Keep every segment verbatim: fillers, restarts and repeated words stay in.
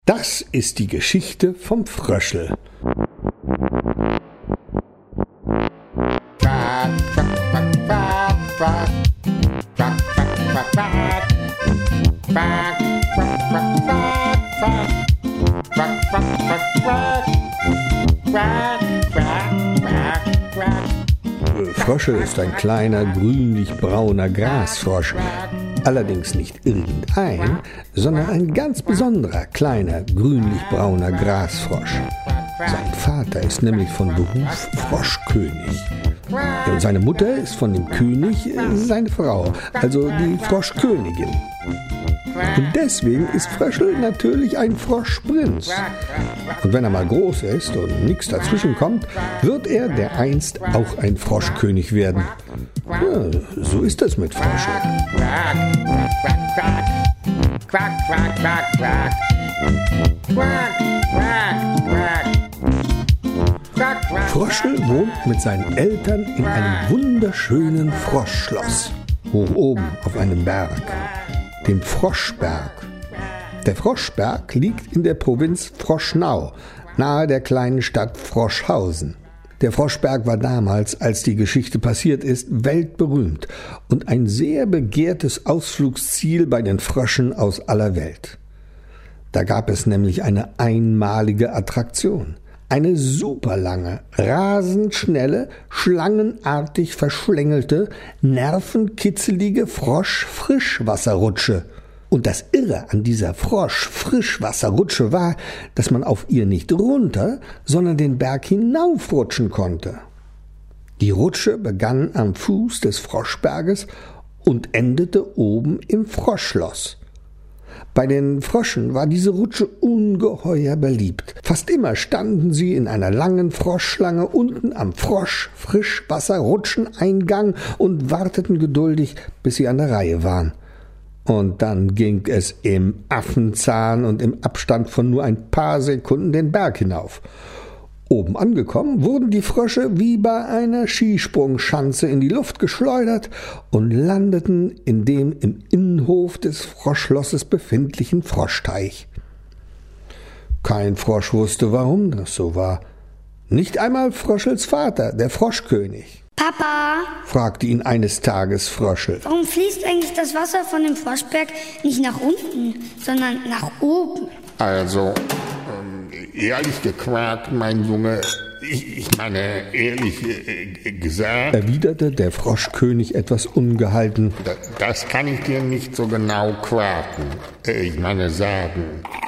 Das ist die Geschichte vom Fröschel. Fröschel ist ein kleiner, grünlich-brauner Grasfrosch. Allerdings nicht irgendein, sondern ein ganz besonderer, kleiner, grünlich-brauner Grasfrosch. Sein Vater ist nämlich von Beruf Froschkönig. Ja, und seine Mutter ist von dem König seine Frau, also die Froschkönigin. Und deswegen ist Fröschel natürlich ein Froschprinz. Und wenn er mal groß ist und nichts dazwischen kommt, wird er dereinst auch ein Froschkönig werden. Ja, so ist das mit Fröschel. Fröschel wohnt mit seinen Eltern in einem wunderschönen Froschschloss, hoch oben auf einem Berg, dem Froschberg. Der Froschberg liegt in der Provinz Froschnau, nahe der kleinen Stadt Froschhausen. Der Froschberg war damals, als die Geschichte passiert ist, weltberühmt und ein sehr begehrtes Ausflugsziel bei den Fröschen aus aller Welt. Da gab es nämlich eine einmalige Attraktion. Eine superlange, rasend schnelle, schlangenartig verschlängelte, nervenkitzelige Frosch-Frischwasserrutsche. Und das Irre an dieser Frosch-Frischwasserrutsche war, dass man auf ihr nicht runter, sondern den Berg hinaufrutschen konnte. Die Rutsche begann am Fuß des Froschberges und endete oben im Froschschloss. Bei den Fröschen war diese Rutsche ungeheuer beliebt. Fast immer standen sie in einer langen Froschschlange unten am Frosch-Frischwasser-Rutscheneingang und warteten geduldig, bis sie an der Reihe waren. Und dann ging es im Affenzahn und im Abstand von nur ein paar Sekunden den Berg hinauf. Oben angekommen, wurden die Frösche wie bei einer Skisprungschanze in die Luft geschleudert und landeten in dem im Innenhof des Froschschlosses befindlichen Froschteich. Kein Frosch wusste, warum das so war. Nicht einmal Fröschels Vater, der Froschkönig. Papa, fragte ihn eines Tages Fröschel, warum fließt eigentlich das Wasser von dem Froschberg nicht nach unten, sondern nach oben? Also, ähm, ehrlich gequakt, mein Junge, ich, ich meine, ehrlich äh, gesagt, erwiderte der Froschkönig etwas ungehalten. Das, das kann ich dir nicht so genau quaken, äh, ich meine sagen.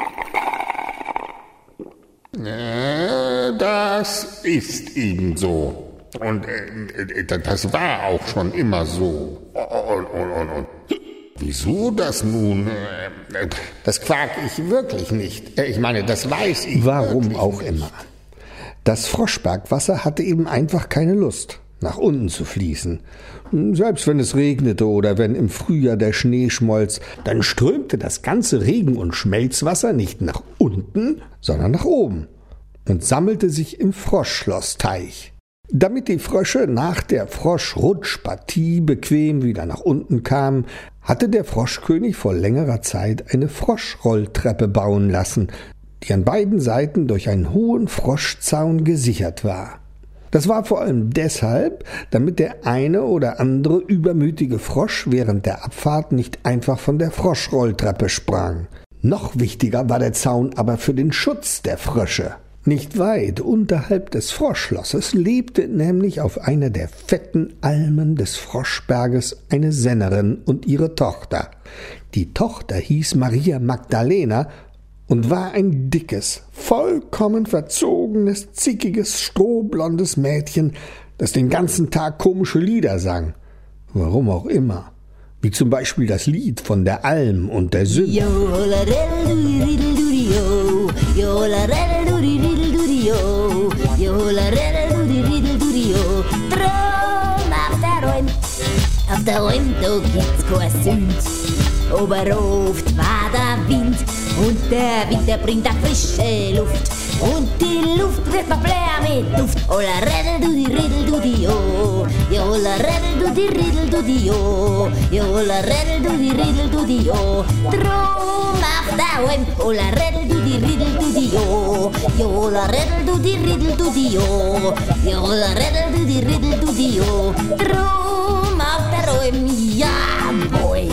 Äh, das ist eben so. Und äh, das war auch schon immer so. Und, und, und, und. Wieso das nun? Äh, das quak ich wirklich nicht. Ich meine, das weiß ich. Warum auch immer. Das Froschbergwasser hatte eben einfach keine Lust, nach unten zu fließen. Selbst wenn es regnete oder wenn im Frühjahr der Schnee schmolz, dann strömte das ganze Regen- und Schmelzwasser nicht nach unten, sondern nach oben und sammelte sich im Froschschlossteich. Damit die Frösche nach der Froschrutschpartie bequem wieder nach unten kamen, hatte der Froschkönig vor längerer Zeit eine Froschrolltreppe bauen lassen, die an beiden Seiten durch einen hohen Froschzaun gesichert war. Das war vor allem deshalb, damit der eine oder andere übermütige Frosch während der Abfahrt nicht einfach von der Froschrolltreppe sprang. Noch wichtiger war der Zaun aber für den Schutz der Frösche. Nicht weit unterhalb des Froschschlosses lebte nämlich auf einer der fetten Almen des Froschberges eine Sennerin und ihre Tochter. Die Tochter hieß Maria Magdalena und war ein dickes, vollkommen verzogenes, zickiges, strohblondes Mädchen, das den ganzen Tag komische Lieder sang. Warum auch immer. Wie zum Beispiel das Lied von der Alm und der Sünde. Auf der Alm, da gibt's kein Sünd. Oberoft war der Wind und der Wind, der bringt da frische Luft. Und die Luft wird noch bläher mit Duft. Ola Redel du die Riddel du die Jo. Jola Redel du die Riddel du die Jo. Jola Redel du die Riddel du die Jo. Drum auf der Alm, Ola Redel du die Riddel Jola Riddle du die Riddle du die Jo. Jola Riddle du die Riddle du die Jo. Drum auf der Räum, ja, boy.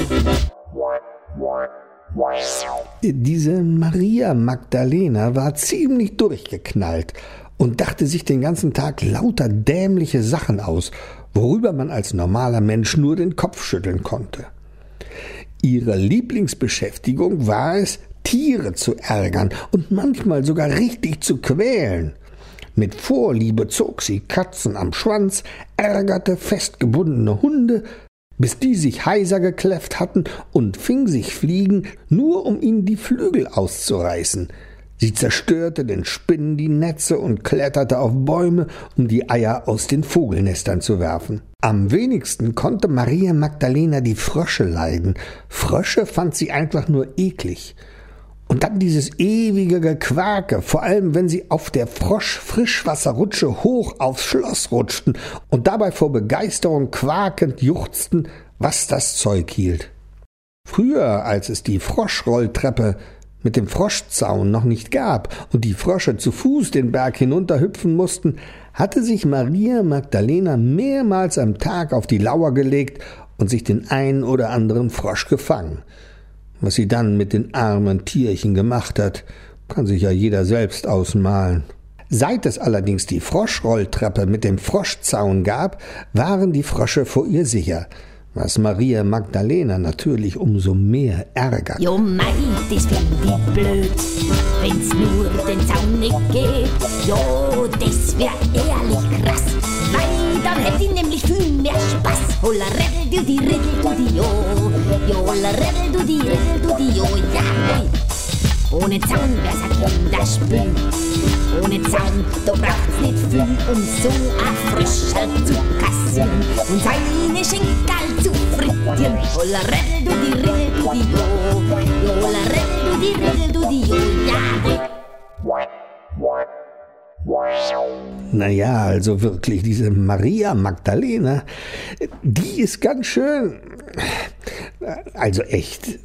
Diese Maria Magdalena war ziemlich durchgeknallt und dachte sich den ganzen Tag lauter dämliche Sachen aus, worüber man als normaler Mensch nur den Kopf schütteln konnte. Ihre Lieblingsbeschäftigung war es, Tiere zu ärgern und manchmal sogar richtig zu quälen. Mit Vorliebe zog sie Katzen am Schwanz, ärgerte festgebundene Hunde, bis die sich heiser gekläfft hatten, und fing sich Fliegen, nur um ihnen die Flügel auszureißen. Sie zerstörte den Spinnen die Netze und kletterte auf Bäume, um die Eier aus den Vogelnestern zu werfen. Am wenigsten konnte Maria Magdalena die Frösche leiden. Frösche fand sie einfach nur eklig. Und dann dieses ewige Gequake, vor allem wenn sie auf der Frosch-Frischwasserrutsche hoch aufs Schloss rutschten und dabei vor Begeisterung quakend juchzten, was das Zeug hielt. Früher, als es die Froschrolltreppe mit dem Froschzaun noch nicht gab und die Frösche zu Fuß den Berg hinunterhüpfen mussten, hatte sich Maria Magdalena mehrmals am Tag auf die Lauer gelegt und sich den einen oder anderen Frosch gefangen. Was sie dann mit den armen Tierchen gemacht hat, kann sich ja jeder selbst ausmalen. Seit es allerdings die Froschrolltreppe mit dem Froschzaun gab, waren die Frösche vor ihr sicher, was Maria Magdalena natürlich umso mehr ärgert. Jo mei, das find ich blöd, wenn's nur den Zaun nicht gibt. Jo, das wär ehrlich krass, weil dann hätt ich nämlich viel mehr Spaß. Holla Riddle du die Riddle du die Jo, Jola Riddle du die Riddle du die Jo, ja hey. Ohne Zaun wär's ein Kinderspiel. Ohne Zaun, da braucht's nicht viel, um so a Frischer zu kassieren und seine Schinkel zu frittieren. Holla Riddle du die Riddle du die Jo, Jola Riddle du die Riddle du die Jo, ja hey. Naja, also wirklich, diese Maria Magdalena, die ist ganz schön, also echt,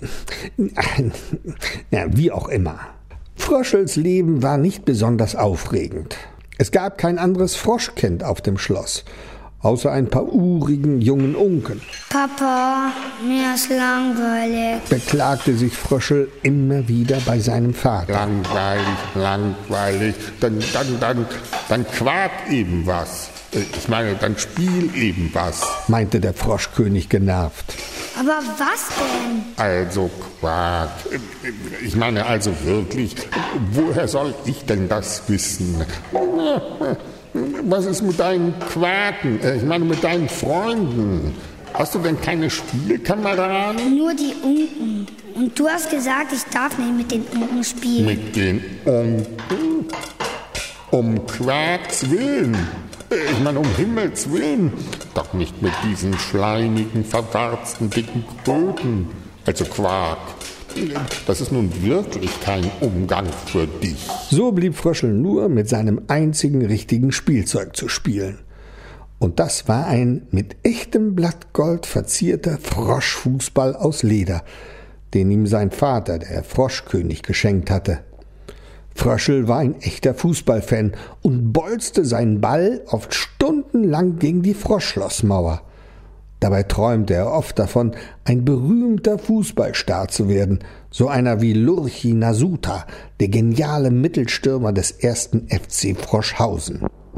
ja, wie auch immer. Fröschels Leben war nicht besonders aufregend. Es gab kein anderes Froschkind auf dem Schloss, außer ein paar urigen jungen Unken. Papa, mir ist langweilig, beklagte sich Fröschel immer wieder bei seinem Vater. Langweilig, langweilig, dann, dann, dann, dann quak eben was. Ich meine, dann spiel eben was, meinte der Froschkönig genervt. Aber was denn? Also Quark. Ich meine also wirklich, woher soll ich denn das wissen? Was ist mit deinen Quaken? Ich meine mit deinen Freunden. Hast du denn keine Spielkameraden? Nur die Unken. Und du hast gesagt, ich darf nicht mit den Unken spielen. Mit den Unken? Um Quarks Willen. Ich meine, um Himmels Willen, doch nicht mit diesen schleimigen, verwarzten, dicken Kröten. Also Quark, das ist nun wirklich kein Umgang für dich. So blieb Fröschel nur mit seinem einzigen richtigen Spielzeug zu spielen. Und das war ein mit echtem Blattgold verzierter Froschfußball aus Leder, den ihm sein Vater, der Froschkönig, geschenkt hatte. Fröschel war ein echter Fußballfan und bolzte seinen Ball oft stundenlang gegen die Froschschlossmauer. Dabei träumte er oft davon, ein berühmter Fußballstar zu werden, so einer wie Lurchi Nasuta, der geniale Mittelstürmer des ersten F C Froschhausen.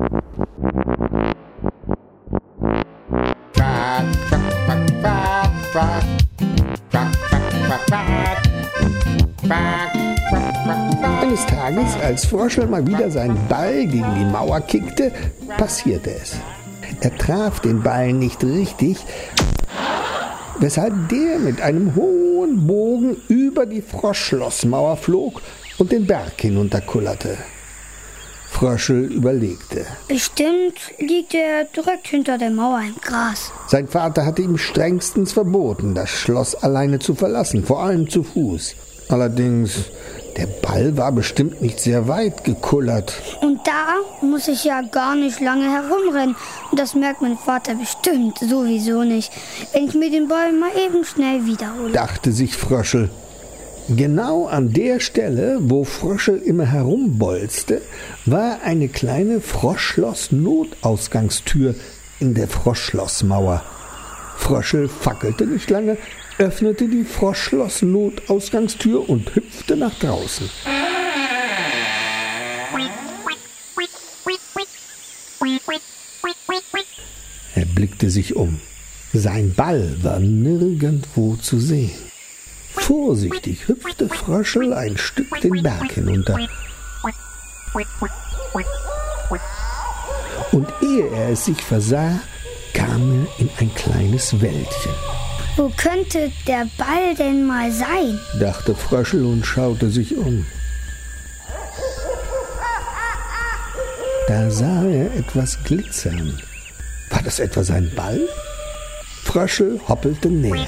Eines Tages, als Fröschel mal wieder seinen Ball gegen die Mauer kickte, passierte es. Er traf den Ball nicht richtig, weshalb der mit einem hohen Bogen über die Froschschlossmauer flog und den Berg hinunterkullerte. Fröschel überlegte. Bestimmt liegt er direkt hinter der Mauer im Gras. Sein Vater hatte ihm strengstens verboten, das Schloss alleine zu verlassen, vor allem zu Fuß. Allerdings, der Ball war bestimmt nicht sehr weit gekullert. Und da muss ich ja gar nicht lange herumrennen. Und das merkt mein Vater bestimmt sowieso nicht, wenn ich mir den Ball mal eben schnell wiederhole, dachte sich Fröschel. Genau an der Stelle, wo Fröschel immer herumbolzte, war eine kleine Froschschloss-Notausgangstür in der Froschschlossmauer. Fröschel fackelte nicht lange, öffnete die Froschschloss-Notausgangstür und hüpfte nach draußen. Er blickte sich um. Sein Ball war nirgendwo zu sehen. Vorsichtig hüpfte Fröschel ein Stück den Berg hinunter. Und ehe er es sich versah, kam er in ein kleines Wäldchen. Wo könnte der Ball denn mal sein? Dachte Fröschel und schaute sich um. Da sah er etwas glitzern. War das etwa sein Ball? Fröschel hoppelte näher.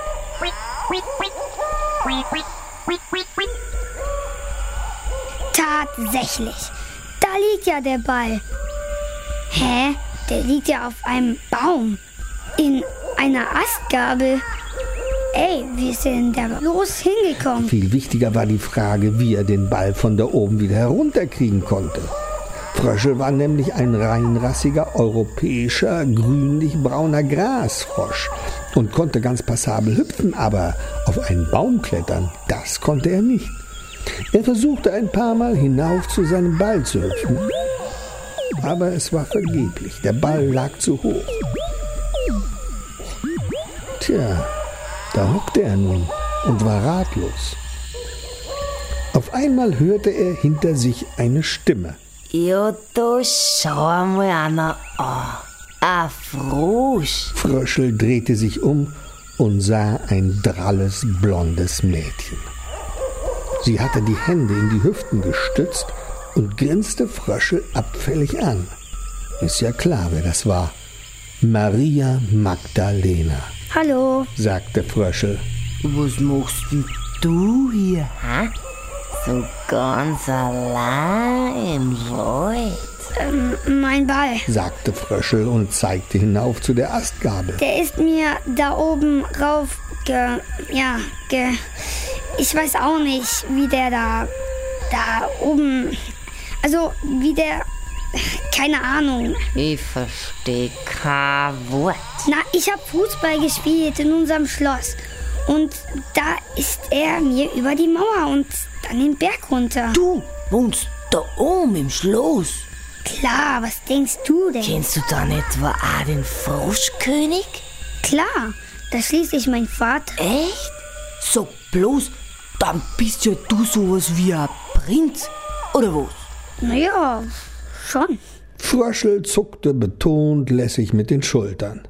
Tatsächlich, da liegt ja der Ball. Hä? Der liegt ja auf einem Baum. In einer Astgabel. Ey, wie ist denn da bloß hingekommen? Viel wichtiger war die Frage, wie er den Ball von da oben wieder herunterkriegen konnte. Fröschel war nämlich ein reinrassiger, europäischer, grünlich-brauner Grasfrosch und konnte ganz passabel hüpfen, aber auf einen Baum klettern, das konnte er nicht. Er versuchte ein paar Mal hinauf zu seinem Ball zu hüpfen, aber es war vergeblich, der Ball lag zu hoch. Tja, da hockte er nun und war ratlos. Auf einmal hörte er hinter sich eine Stimme. Ja, da schau mal einer an. Ein Frosch. Fröschel drehte sich um und sah ein dralles, blondes Mädchen. Sie hatte die Hände in die Hüften gestützt und grinste Fröschel abfällig an. Ist ja klar, wer das war. Maria Magdalena. Hallo. Sagte Fröschel. Was machst denn du hier, hä? So ganz allein im Wald. Ähm, mein Ball. Sagte Fröschel und zeigte hinauf zu der Astgabel. Der ist mir da oben rauf ge... Ja, ge... Ich weiß auch nicht, wie der da... Da oben... Also, wie der... Keine Ahnung. Ich verstehe kein Wort. Na, ich habe Fußball gespielt in unserem Schloss. Und da ist er mir über die Mauer und dann den Berg runter. Du wohnst da oben im Schloss. Klar, was denkst du denn? Kennst du dann etwa auch den Froschkönig? Klar, da schließlich mein Vater. Echt? So bloß, dann bist ja du sowas wie ein Prinz, oder was? Naja, schon. Fröschel zuckte betont lässig mit den Schultern.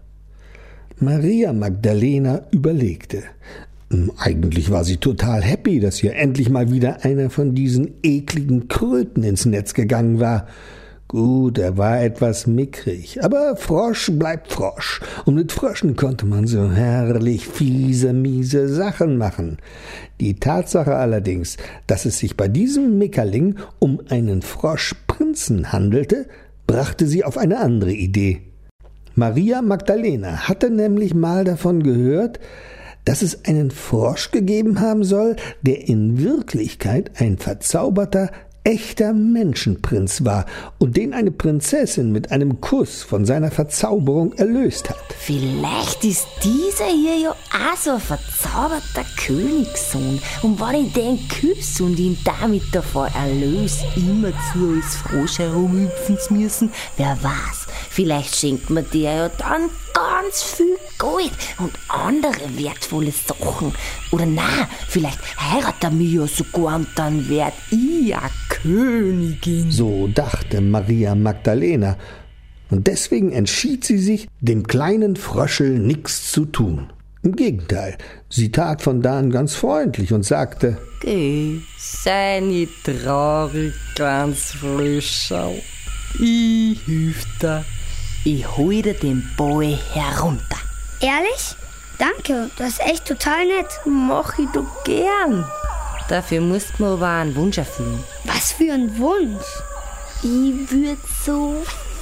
Maria Magdalena überlegte. Eigentlich war sie total happy, dass ihr endlich mal wieder einer von diesen ekligen Kröten ins Netz gegangen war. Gut, er war etwas mickrig, aber Frosch bleibt Frosch. Und mit Fröschen konnte man so herrlich fiese, miese Sachen machen. Die Tatsache allerdings, dass es sich bei diesem Mickerling um einen Froschprinzen handelte, brachte sie auf eine andere Idee. Maria Magdalena hatte nämlich mal davon gehört, dass es einen Frosch gegeben haben soll, der in Wirklichkeit ein verzauberter, echter Menschenprinz war und den eine Prinzessin mit einem Kuss von seiner Verzauberung erlöst hat. Vielleicht ist dieser hier ja auch so ein verzauberter Königssohn. Und wenn ich den küsse und ihn damit davor erlöse, immerzu als Frosch herumhüpfen zu müssen, wer weiß, vielleicht schenkt mir der ja dann ganz viel Gold und andere wertvolle Sachen. Oder nein, vielleicht heiratet er mich ja sogar und dann werd ich eine Königin. So dachte Maria Magdalena. Und deswegen entschied sie sich, dem kleinen Fröschel nichts zu tun. Im Gegenteil, sie tat von da an ganz freundlich und sagte: Geh, sei nicht traurig, ganz Fröschau. Ich hilf dir. Ich hol dir den Ball herunter. Ehrlich? Danke, das ist echt total nett. Mach ich doch gern. Dafür musst du mir aber einen Wunsch erfüllen. Was für ein Wunsch? Ich würd so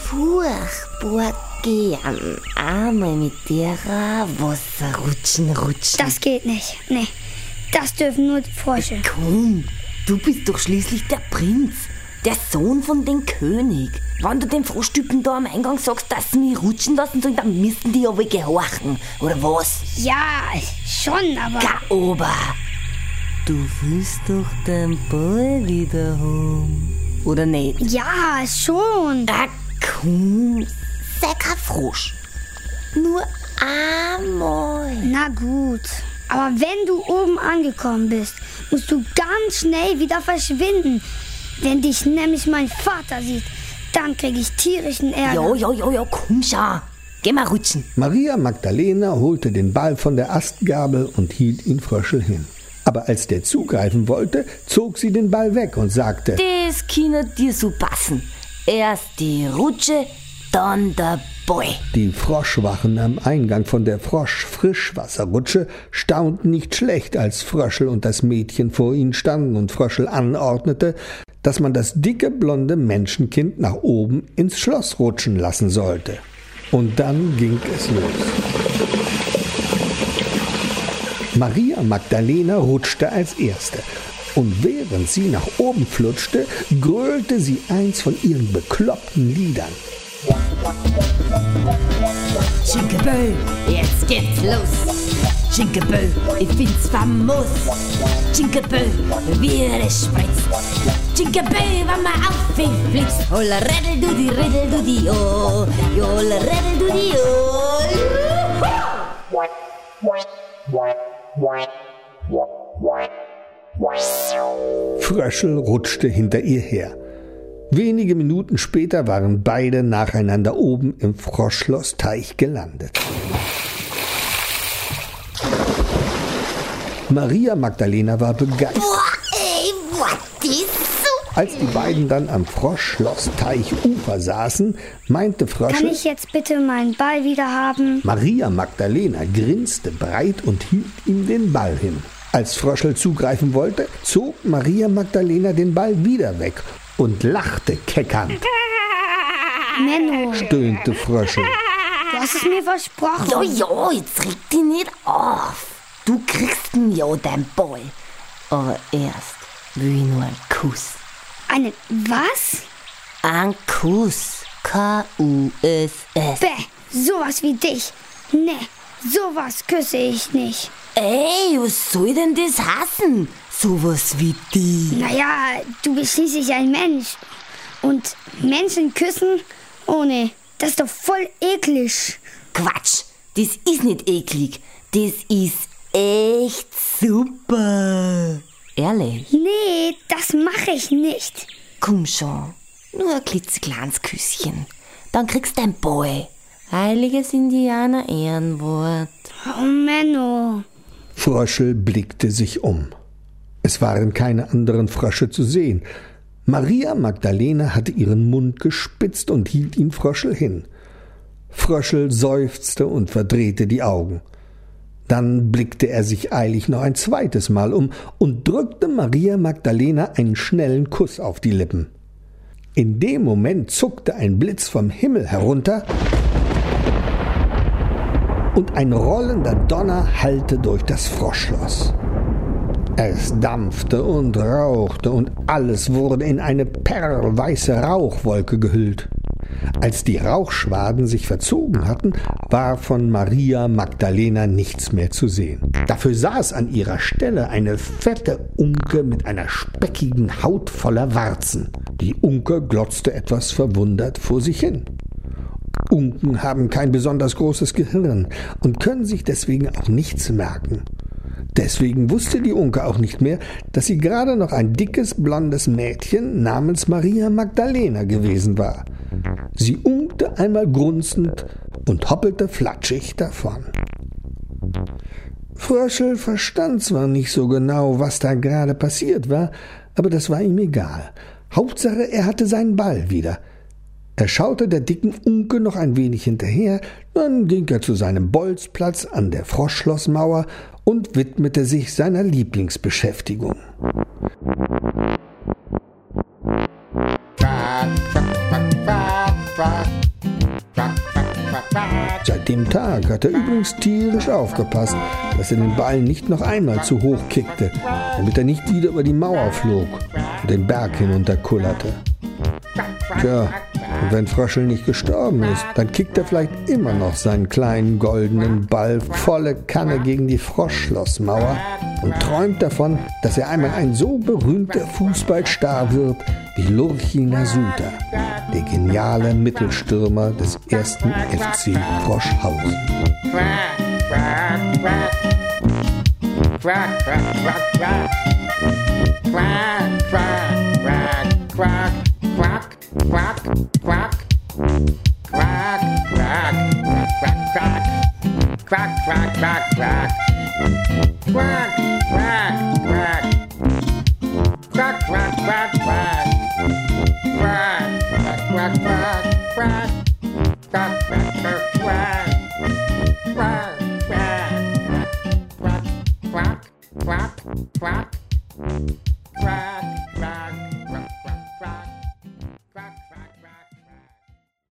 furchtbar gern einmal mit dir Wasser rutschen, rutschen. Das geht nicht. Nee, Das dürfen nur die Frösche. Komm, du bist doch schließlich der Prinz, der Sohn von dem König. Wenn du den Froschtypen da am Eingang sagst, dass sie mich rutschen lassen sollen, dann müssten die ja wohl gehorchen, oder was? Ja, schon, aber... Ga Ober, du willst doch den Ball wieder haben, oder nicht? Ja, schon. Ah, komm, sei kein Frosch. Nur einmal. Na gut, aber wenn du oben angekommen bist, musst du ganz schnell wieder verschwinden. Wenn dich nämlich mein Vater sieht, dann krieg ich tierischen Ärger. Ja, ja, ja, ja, komm schon. Geh mal rutschen. Maria Magdalena holte den Ball von der Astgabel und hielt ihn Fröschel hin. Aber als der zugreifen wollte, zog sie den Ball weg und sagte: Das kann dir so passen. Erst die Rutsche, dann der Ball. Die Froschwachen am Eingang von der Frosch-Frischwasserrutsche staunten nicht schlecht, als Fröschel und das Mädchen vor ihnen standen und Fröschel anordnete, dass man das dicke, blonde Menschenkind nach oben ins Schloss rutschen lassen sollte. Und dann ging es los. Maria Magdalena rutschte als Erste. Und während sie nach oben flutschte, gröhlte sie eins von ihren bekloppten Liedern. Schinkebö, jetzt geht's los. Schinkebö, ich find's famos. Schinkebö, wie es spritzt. Schinkebö, wenn man auf ihn flitzt. Holla, reddel du die, reddel du die, oh. Jolla, reddel du die, oh. Fröschel rutschte hinter ihr her. Wenige Minuten später waren beide nacheinander oben im Froschschlossteich gelandet. Maria Magdalena war begeistert. Boah, ey, was ist so? Als die beiden dann am Froschschlossteichufer saßen, meinte Fröschel: Kann ich jetzt bitte meinen Ball wieder haben? Maria Magdalena grinste breit und hielt ihm den Ball hin. Als Fröschel zugreifen wollte, zog Maria Magdalena den Ball wieder weg und lachte keckernd. Menno, Stöhnte Fröschel. du hast es mir versprochen. Ja, ja, jetzt reg dich nicht auf. Du kriegst ihn ja, dein Ball. Aber erst will ich nur einen Kuss. Einen was? Ein Kuss. K U S S. Bäh, sowas wie dich. Nee, sowas küsse ich nicht. Ey, was soll denn das heißen? Sowas wie die. Naja, du bist schließlich ein Mensch. Und Menschen küssen? Oh ne, das ist doch voll eklig. Quatsch, das ist nicht eklig. Das ist echt super. Ehrlich? Nee, das mache ich nicht. Komm schon, nur ein klitzekleines Küsschen. Dann kriegst du ein Boy. Heiliges Indianer-Ehrenwort. Oh Menno. Fröschel blickte sich um. Es waren keine anderen Frösche zu sehen. Maria Magdalena hatte ihren Mund gespitzt und hielt ihn Fröschel hin. Fröschel seufzte und verdrehte die Augen. Dann blickte er sich eilig noch ein zweites Mal um und drückte Maria Magdalena einen schnellen Kuss auf die Lippen. In dem Moment zuckte ein Blitz vom Himmel herunter und ein rollender Donner hallte durch das Froschschloss. Es dampfte und rauchte und alles wurde in eine perlweiße Rauchwolke gehüllt. Als die Rauchschwaden sich verzogen hatten, war von Maria Magdalena nichts mehr zu sehen. Dafür saß an ihrer Stelle eine fette Unke mit einer speckigen Haut voller Warzen. Die Unke glotzte etwas verwundert vor sich hin. Unken haben kein besonders großes Gehirn und können sich deswegen auch nichts merken. Deswegen wusste die Unke auch nicht mehr, dass sie gerade noch ein dickes, blondes Mädchen namens Maria Magdalena gewesen war. Sie unkte einmal grunzend und hoppelte flatschig davon. Fröschel verstand zwar nicht so genau, was da gerade passiert war, aber das war ihm egal. Hauptsache, er hatte seinen Ball wieder. Er schaute der dicken Unke noch ein wenig hinterher, dann ging er zu seinem Bolzplatz an der Froschschlossmauer und widmete sich seiner Lieblingsbeschäftigung. Seit Seit dem Tag hat er übrigens tierisch aufgepasst, dass er den Ball nicht noch einmal zu hoch kickte, damit er nicht wieder über die Mauer flog und den Berg hinunterkullerte. Tja, und wenn Fröschel nicht gestorben ist, dann kickt er vielleicht immer noch seinen kleinen goldenen Ball volle Kanne gegen die Froschschlossmauer und träumt davon, dass er einmal ein so berühmter Fußballstar wird wie Lurchi Nasuta, der geniale Mittelstürmer des ersten F C Froschhausen. Quack, quack, quack. Quack, quack, quack, quack. Quack, quack.